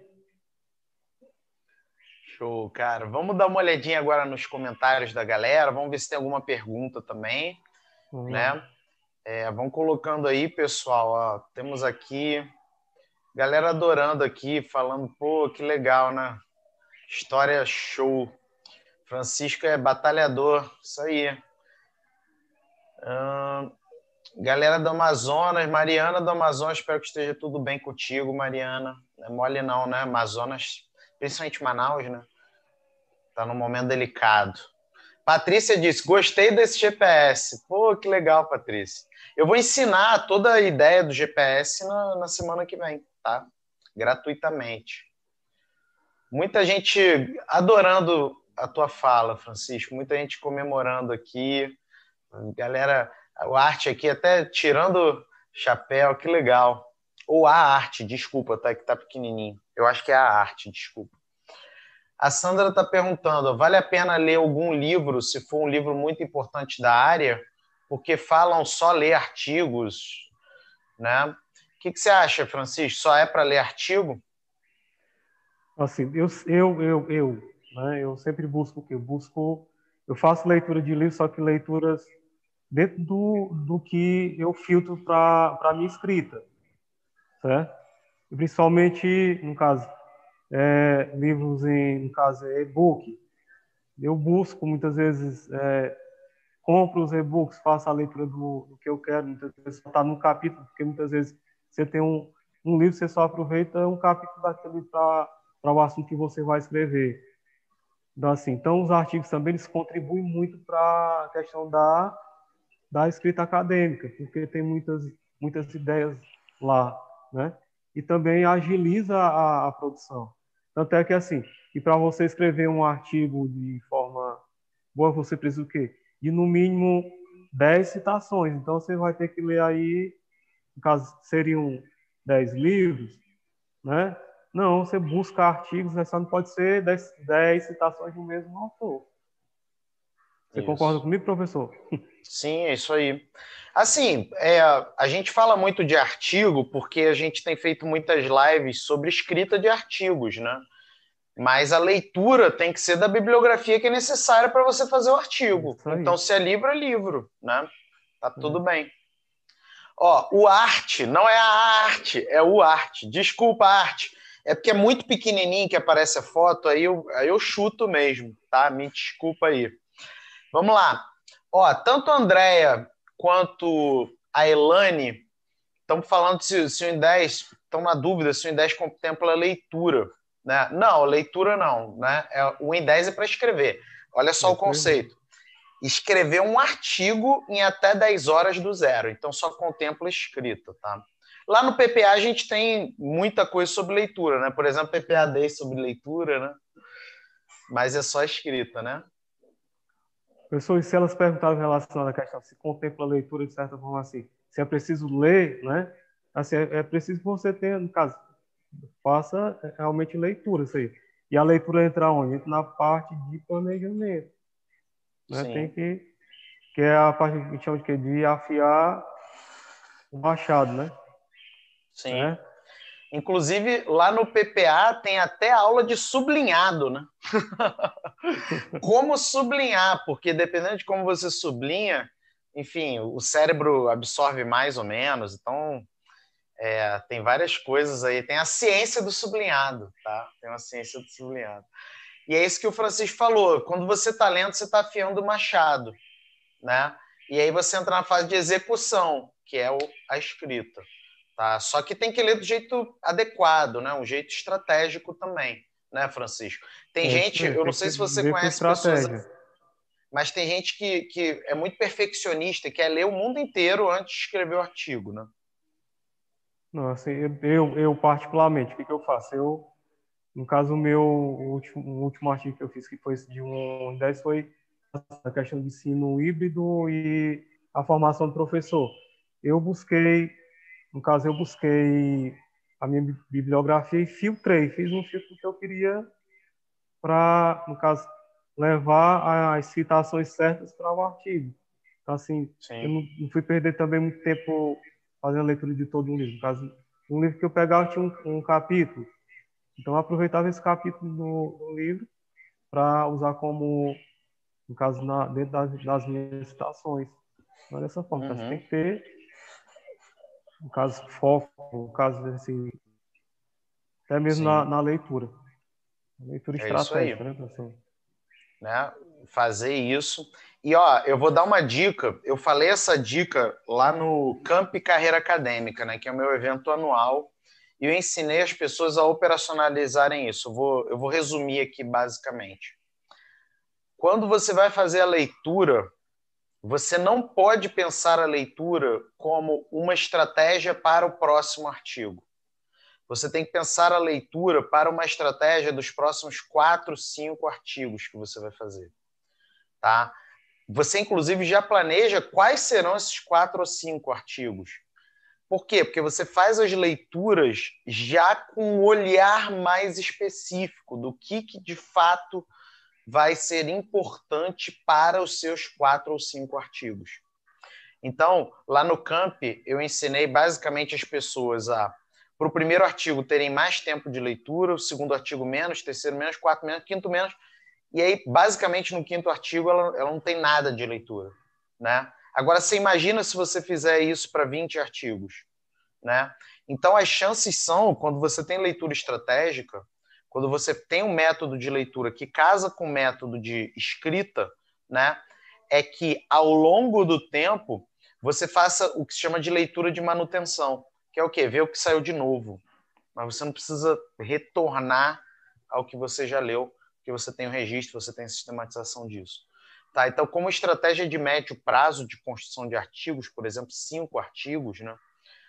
Show, cara. Vamos dar uma olhadinha agora nos comentários da galera, vamos ver se tem alguma pergunta também, Vamos né? lá. É, vão colocando aí, pessoal. Ó, temos aqui galera adorando aqui, falando, pô, que legal, né? História show. Francisco é batalhador, isso aí. Hum, galera do Amazonas, Mariana do Amazonas, espero que esteja tudo bem contigo, Mariana. Não é mole não, né? Amazonas, principalmente Manaus, né? Tá num momento delicado. Patrícia disse, gostei desse G P S. Pô, que legal, Patrícia. Eu vou ensinar toda a ideia do G P S na, na semana que vem, tá? Gratuitamente. Muita gente adorando a tua fala, Francisco. Muita gente comemorando aqui. Galera, a arte aqui até tirando chapéu, que legal. Ou a arte, desculpa, tá? Que tá pequenininho. Eu acho que é a arte, desculpa. A Sandra está perguntando, vale a pena ler algum livro, se for um livro muito importante da área, porque falam só ler artigos, né? O que, que você acha, Francisco? Só é para ler artigo? Assim, eu, eu, eu, eu, né, eu sempre busco o quê? Eu busco, eu faço leitura de livros, só que leituras dentro do, do que eu filtro para a minha escrita, certo? E principalmente, no caso, é, livros em, no caso, é e-book. Eu busco, muitas vezes, é, compro os e-books, faço a leitura do, do que eu quero, muitas vezes só está no capítulo, porque muitas vezes você tem um, um livro, você só aproveita um capítulo daquele para o assunto que você vai escrever. Então, assim, então, os artigos também eles contribuem muito para a questão da, da escrita acadêmica, porque tem muitas, muitas ideias lá, né? E também agiliza a, a produção. Tanto é que, assim, e para você escrever um artigo de forma boa, você precisa o quê? De, no mínimo, dez citações. Então, você vai ter que ler aí, no caso, seriam dez livros, né? Não, você busca artigos, né? Só não pode ser dez, dez citações do mesmo autor. Você Isso. concorda comigo, professor? Sim, é isso aí. Assim, é, a gente fala muito de artigo porque a gente tem feito muitas lives sobre escrita de artigos, né? Mas a leitura tem que ser da bibliografia que é necessária para você fazer o artigo. Isso aí. Então, se é livro, é livro, né? Tá tudo É. bem. Ó, o arte, não é a arte, é o arte. Desculpa, arte. É porque é muito pequenininho que aparece a foto, aí eu, aí eu chuto mesmo, tá? Me desculpa aí. Vamos lá. Ó, tanto a Andrea quanto a Elane estão falando se, se o INDES, estão na dúvida se o INDES contempla a leitura. Né? Não, leitura não. Né? É, o INDES é para escrever. Olha só o conceito. Escrever um artigo em até dez horas do zero. Então, só contempla escrita. Tá? Lá no P P A, a gente tem muita coisa sobre leitura. Né? Por exemplo, P P A dez sobre leitura, né? Mas é só escrita, né? Professor, e se elas perguntaram relacionada à questão se contempla a leitura de certa forma assim, se é preciso ler, né? Assim, é, é preciso que você tenha, no caso, faça realmente leitura, isso aí. E a leitura entra onde? Entra na parte de planejamento, né? Sim. Tem que, que é a parte que a gente chama de, quê? De afiar o Machado, né? Sim. né? Inclusive, lá no P P A tem até aula de sublinhado, né? Como sublinhar, porque dependendo de como você sublinha, enfim, o cérebro absorve mais ou menos, então é, tem várias coisas aí. Tem a ciência do sublinhado, tá? Tem uma ciência do sublinhado. E é isso que o Francisco falou. Quando você está lendo, você está afiando o machado, né? E aí você entra na fase de execução, que é o, a escrita. Tá? Só que tem que ler do jeito adequado, né? Um jeito estratégico também, né, Francisco? Tem É isso gente, mesmo, eu não tem sei que se você ver com conhece pessoas, estratégia. mas tem gente que, que é muito perfeccionista e quer ler o mundo inteiro antes de escrever o artigo, né? Não, assim, eu, eu, eu particularmente, o que, que eu faço? Eu, no caso, o meu o último, o último artigo que eu fiz, que foi esse de um dez, foi a questão de ensino híbrido e a formação do professor. Eu busquei, no caso, eu busquei a minha bibliografia e filtrei, fiz um filtro que eu queria para, no caso, levar as citações certas para o artigo. Então, assim, eu Sim. não, não fui perder também muito tempo fazendo a leitura de todo um livro. No caso, um livro que eu pegava tinha um, um capítulo. Então, eu aproveitava esse capítulo do, do livro para usar como, no caso, na, dentro das, das minhas citações. Então, dessa forma, então, você tem Uhum. que ter, no caso, foco, no caso, assim, até mesmo na, Sim. na leitura. Leitura É isso aí. estratégica, né, professor? Né? Fazer isso. E ó, eu vou dar uma dica. Eu falei essa dica lá no Camp Carreira Acadêmica, né, que é o meu evento anual, e eu ensinei as pessoas a operacionalizarem isso. Eu vou, eu vou resumir aqui basicamente. Quando você vai fazer a leitura, você não pode pensar a leitura como uma estratégia para o próximo artigo. Você tem que pensar a leitura para uma estratégia dos próximos quatro, cinco artigos que você vai fazer. Tá? Você, inclusive, já planeja quais serão esses quatro ou cinco artigos. Por quê? Porque você faz as leituras já com um olhar mais específico do que, que de fato vai ser importante para os seus quatro ou cinco artigos. Então, lá no Camp, eu ensinei basicamente as pessoas a, para o primeiro artigo, terem mais tempo de leitura, o segundo artigo menos, terceiro menos, quarto menos, quinto menos. E aí, basicamente, no quinto artigo, ela, ela não tem nada de leitura, né? Agora, você imagina se você fizer isso para vinte artigos, né? Então, as chances são, quando você tem leitura estratégica, quando você tem um método de leitura que casa com o método de escrita, né? É que, ao longo do tempo, você faça o que se chama de leitura de manutenção, que é o quê? Ver o que saiu de novo. Mas você não precisa retornar ao que você já leu, porque você tem o registro, você tem a sistematização disso. Tá? Então, como estratégia de médio prazo de construção de artigos, por exemplo, cinco artigos, né?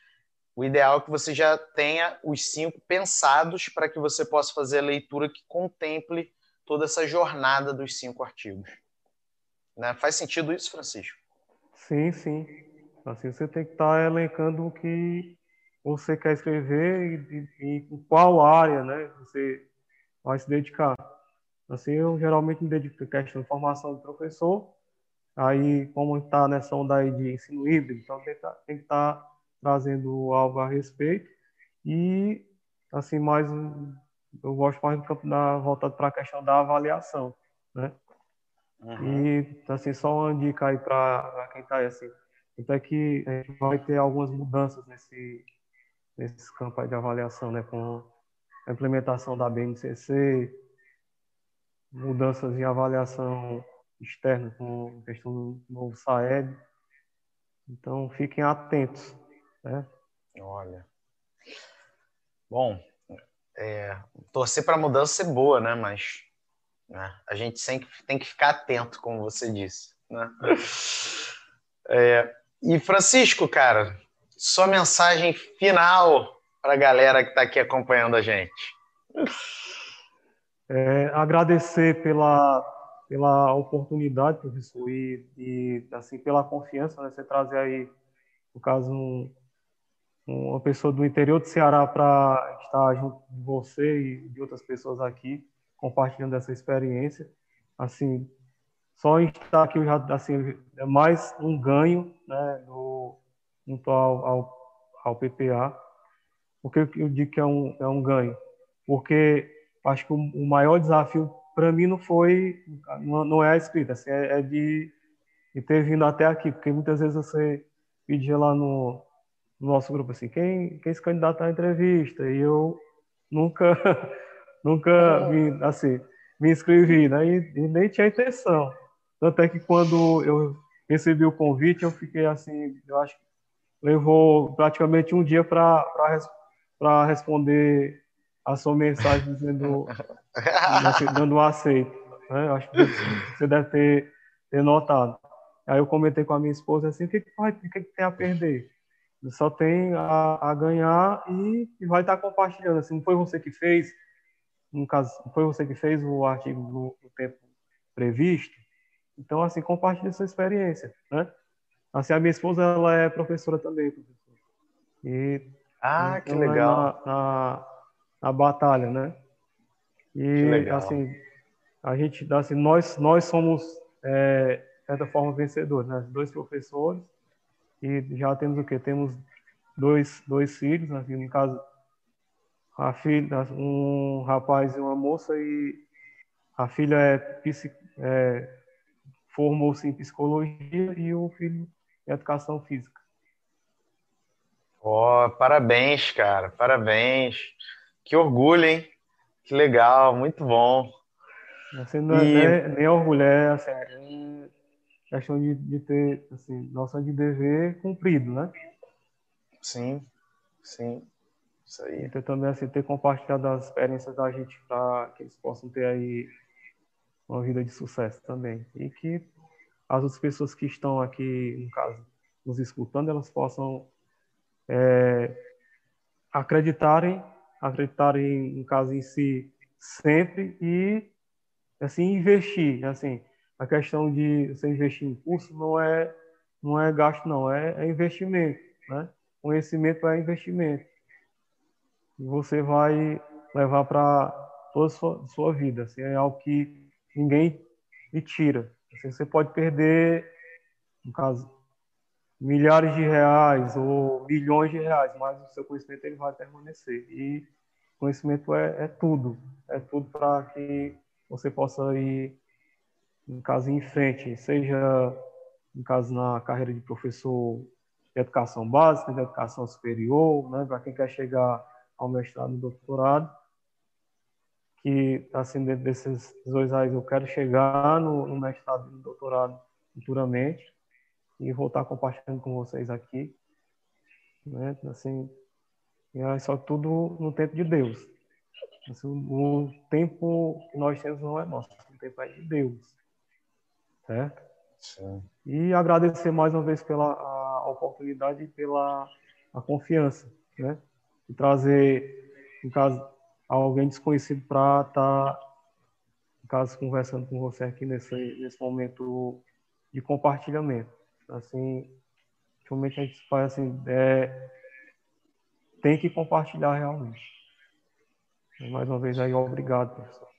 O ideal é que você já tenha os cinco pensados para que você possa fazer a leitura que contemple toda essa jornada dos cinco artigos. Né? Faz sentido isso, Francisco? Sim, sim. Assim, você tem que estar elencando o que você quer escrever e, e, e em qual área, né, você vai se dedicar. Assim, eu geralmente me dedico à questão de formação de professor. Aí, como está nessa onda aí de ensino híbrido, então tem, que tá- tem que estar trazendo algo a respeito. E, assim, mais um- eu gosto mais do campo da, voltado para a questão da avaliação, né? Uhum. E, assim, só uma dica aí para quem está aí, assim, até que a gente vai ter algumas mudanças nesse, nesse campo aí de avaliação, né? Com a implementação da B N C C, mudanças em avaliação externa, com a questão do novo SAEB. Então, fiquem atentos, né? Olha. Bom, é, torcer para a mudança ser boa, né? Mas né, a gente sempre tem que ficar atento, como você disse. Né? É, e Francisco, cara, sua mensagem final para a galera que está aqui acompanhando a gente. É, agradecer pela, pela oportunidade, professor, e, e assim, pela confiança, né? Você trazer aí, no caso, um, uma pessoa do interior do Ceará para estar junto de você e de outras pessoas aqui, compartilhando essa experiência. Assim, só em estar aqui, eu já, assim, é mais um ganho, né, do, junto ao, ao ao P P A. Por que eu digo que é um, é um ganho? Porque acho que o, o maior desafio para mim não foi, não, não é a escrita, assim, é, é de, de ter vindo até aqui, porque muitas vezes você pedia lá no, no nosso grupo assim, quem, quem se candidata à entrevista, e eu nunca, nunca me, assim, me inscrevi, né? E, e nem tinha intenção. Tanto é que quando eu recebi o convite, eu fiquei assim, eu acho que levou praticamente um dia para para responder a sua mensagem dizendo, assim, dando um aceito, né? Eu acho que você deve ter, ter notado. Aí eu comentei com a minha esposa assim, o que, que, vai, o que, que tem a perder? Só tem a, a ganhar e, e vai estar compartilhando. Assim, não foi você que fez, no caso, não foi você que fez o artigo no, no tempo previsto, então, assim, compartilhe sua experiência, né? Assim, a minha esposa, ela é professora também, professor. E Ah, que então, né, legal, na, na, na batalha, né? que E, legal. assim, a gente, assim, nós, nós somos, é, de certa forma, vencedores, né? Dois professores e já temos o quê? Temos dois, dois filhos, assim, no caso, a filha, um rapaz e uma moça, e a filha é, psi, é formou-se em psicologia e o filho em educação física. Oh, parabéns, cara, parabéns. Que orgulho, hein? Que legal, muito bom. Assim, não é, E nem, nem orgulho, é, assim, é questão de, de ter assim, noção de dever cumprido, né? sim, sim, isso aí. Então também assim, ter compartilhado as experiências da gente para que eles possam ter aí uma vida de sucesso também. E que as outras pessoas que estão aqui, no caso, nos escutando, elas possam é, acreditarem, acreditarem, no caso em si, sempre e assim investir, assim, a questão de você investir em curso não é não é gasto não, é, é investimento, né? Conhecimento é investimento e você vai levar para toda a sua, sua vida, assim, é algo que ninguém lhe tira. Assim, você pode perder, no caso, milhares de reais ou milhões de reais, mas o seu conhecimento ele vai permanecer. E conhecimento é, é tudo, é tudo para que você possa ir, no caso, em frente, seja, no caso, na carreira de professor de educação básica, de educação superior, né, para quem quer chegar ao mestrado e doutorado, que, assim, dentro desses dois aí, eu quero chegar no, no mestrado e no doutorado futuramente e vou estar compartilhando com vocês aqui, né, assim, e é só tudo no tempo de Deus. Assim, o tempo que nós temos não é nosso, o tempo é de Deus, certo? Sim. E agradecer mais uma vez pela a oportunidade e pela a confiança, né? De trazer, no caso, alguém desconhecido para estar, no caso, conversando com você aqui nesse, nesse momento de compartilhamento. Assim, realmente a gente faz assim, é, tem que compartilhar realmente. Mais uma vez aí, obrigado, professor.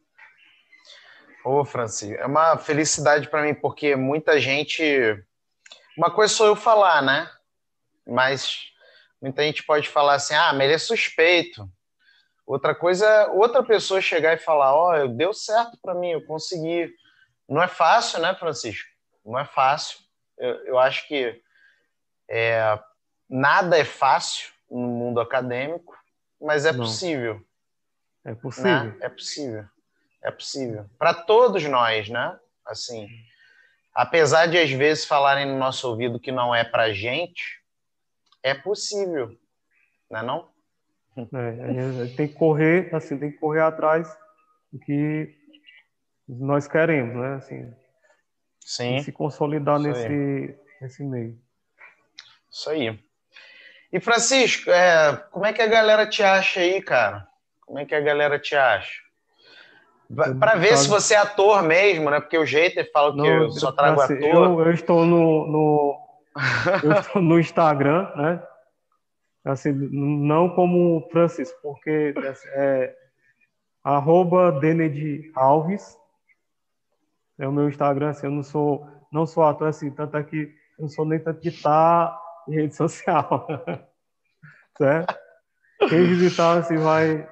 Ô, Francisco, é uma felicidade para mim, porque muita gente. Uma coisa sou eu falar, né? Mas muita gente pode falar assim: ah, mas ele é suspeito. Outra coisa é outra pessoa chegar e falar: ó, oh, deu certo para mim, eu consegui. Não é fácil, né, Francisco? Não é fácil. Eu, eu acho que é, nada é fácil no mundo acadêmico, mas é Não, possível, é né? possível. É possível. É possível. Para todos nós, né? Assim, apesar de às vezes falarem no nosso ouvido que não é para gente, é possível, não é não? É, a gente tem que correr, assim, tem que correr atrás do que nós queremos, né? Assim, e Sim, se consolidar isso aí. nesse, nesse meio. Isso aí. E Francisco, é, como é que a galera te acha aí, cara? Como é que a galera te acha? Eu, Para no ver se caso, você é ator mesmo, né? Porque o jeito fala que não, eu só eu, trago assim, ator. eu, eu estou no, no, eu estou no Instagram, né? Assim, não como Francisco, porque assim, é arroba Dened Alves, é o meu Instagram, assim, eu não sou, não sou ator, assim, tanto é que eu não sou nem tanto de estar em rede social. certo? Quem visitar, assim, vai...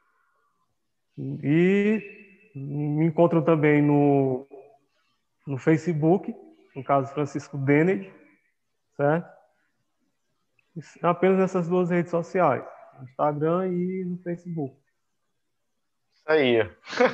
E me encontram também no, no Facebook, no caso Francisco Dened, certo? Apenas essas duas redes sociais, no Instagram e no Facebook. Isso aí.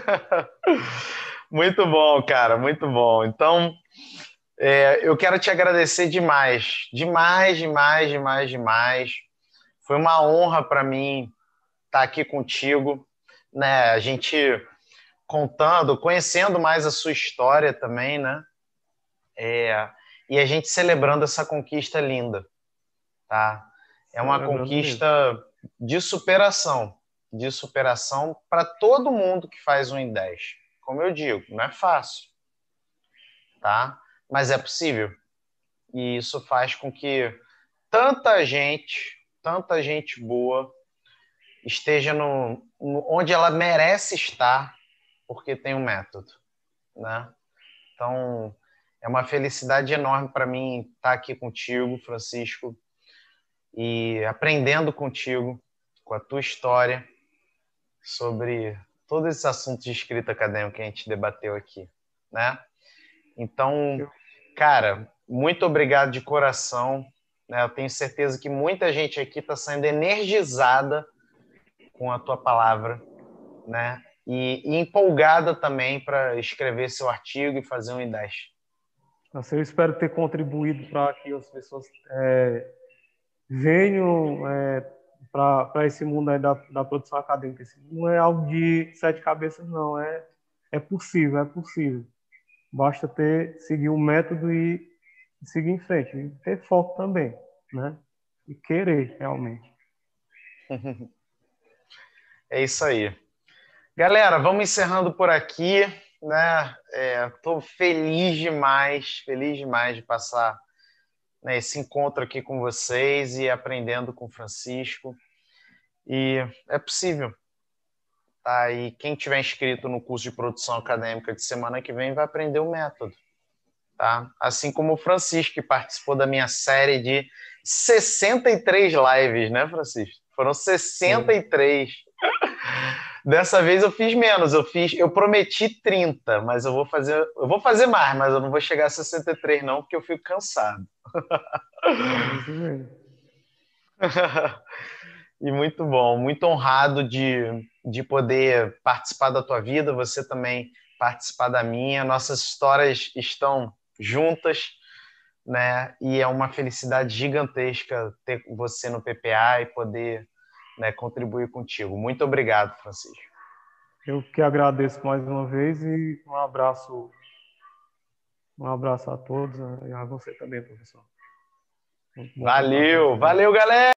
Muito bom, cara, muito bom. Então, é, eu quero te agradecer demais, demais, demais, demais, demais. Foi uma honra para mim estar aqui contigo, né? A gente contando, conhecendo mais a sua história também, né? É, e a gente celebrando essa conquista linda, tá? É uma conquista de superação, de superação para todo mundo que faz um em dez. Como eu digo, não é fácil, tá? Mas é possível. E isso faz com que tanta gente, tanta gente boa esteja no, no onde ela merece estar, porque tem um método, né? Então, é uma felicidade enorme para mim estar aqui contigo, Francisco, e aprendendo contigo, com a tua história, sobre todos esses assuntos de escrita acadêmica que a gente debateu aqui, né? Então, cara, muito obrigado de coração, né? Eu tenho certeza que muita gente aqui está sendo energizada com a tua palavra, né? E, e empolgada também para escrever seu artigo e fazer um I dez. Assim, eu espero ter contribuído para que as pessoas é, venham é, para esse mundo aí da, da produção acadêmica. Isso não é algo de sete cabeças, não. É, é possível, é possível. Basta ter, seguir o método e seguir em frente. E ter foco também, né? E querer, realmente. É isso aí. Galera, vamos encerrando por aqui, né? Estou feliz demais, feliz demais de passar, né, esse encontro aqui com vocês e aprendendo com o Francisco. E é possível, tá? E quem tiver inscrito no curso de produção acadêmica de semana que vem vai aprender o método, tá? Assim como o Francisco, que participou da minha série de sessenta e três lives, né, Francisco? Foram sessenta e três. Dessa vez eu fiz menos, eu fiz, eu prometi trinta, mas eu vou fazer, eu vou fazer mais, mas eu não vou chegar a sessenta e três não, porque eu fico cansado. É isso mesmo. E muito bom, muito honrado de, de poder participar da tua vida, você também participar da minha. Nossas histórias estão juntas, né? E é uma felicidade gigantesca ter você no P P A e poder, né, contribuir contigo. Muito obrigado, Francisco. Eu que agradeço mais uma vez e um abraço, um abraço a todos e a você também, professor. Valeu, valeu, galera!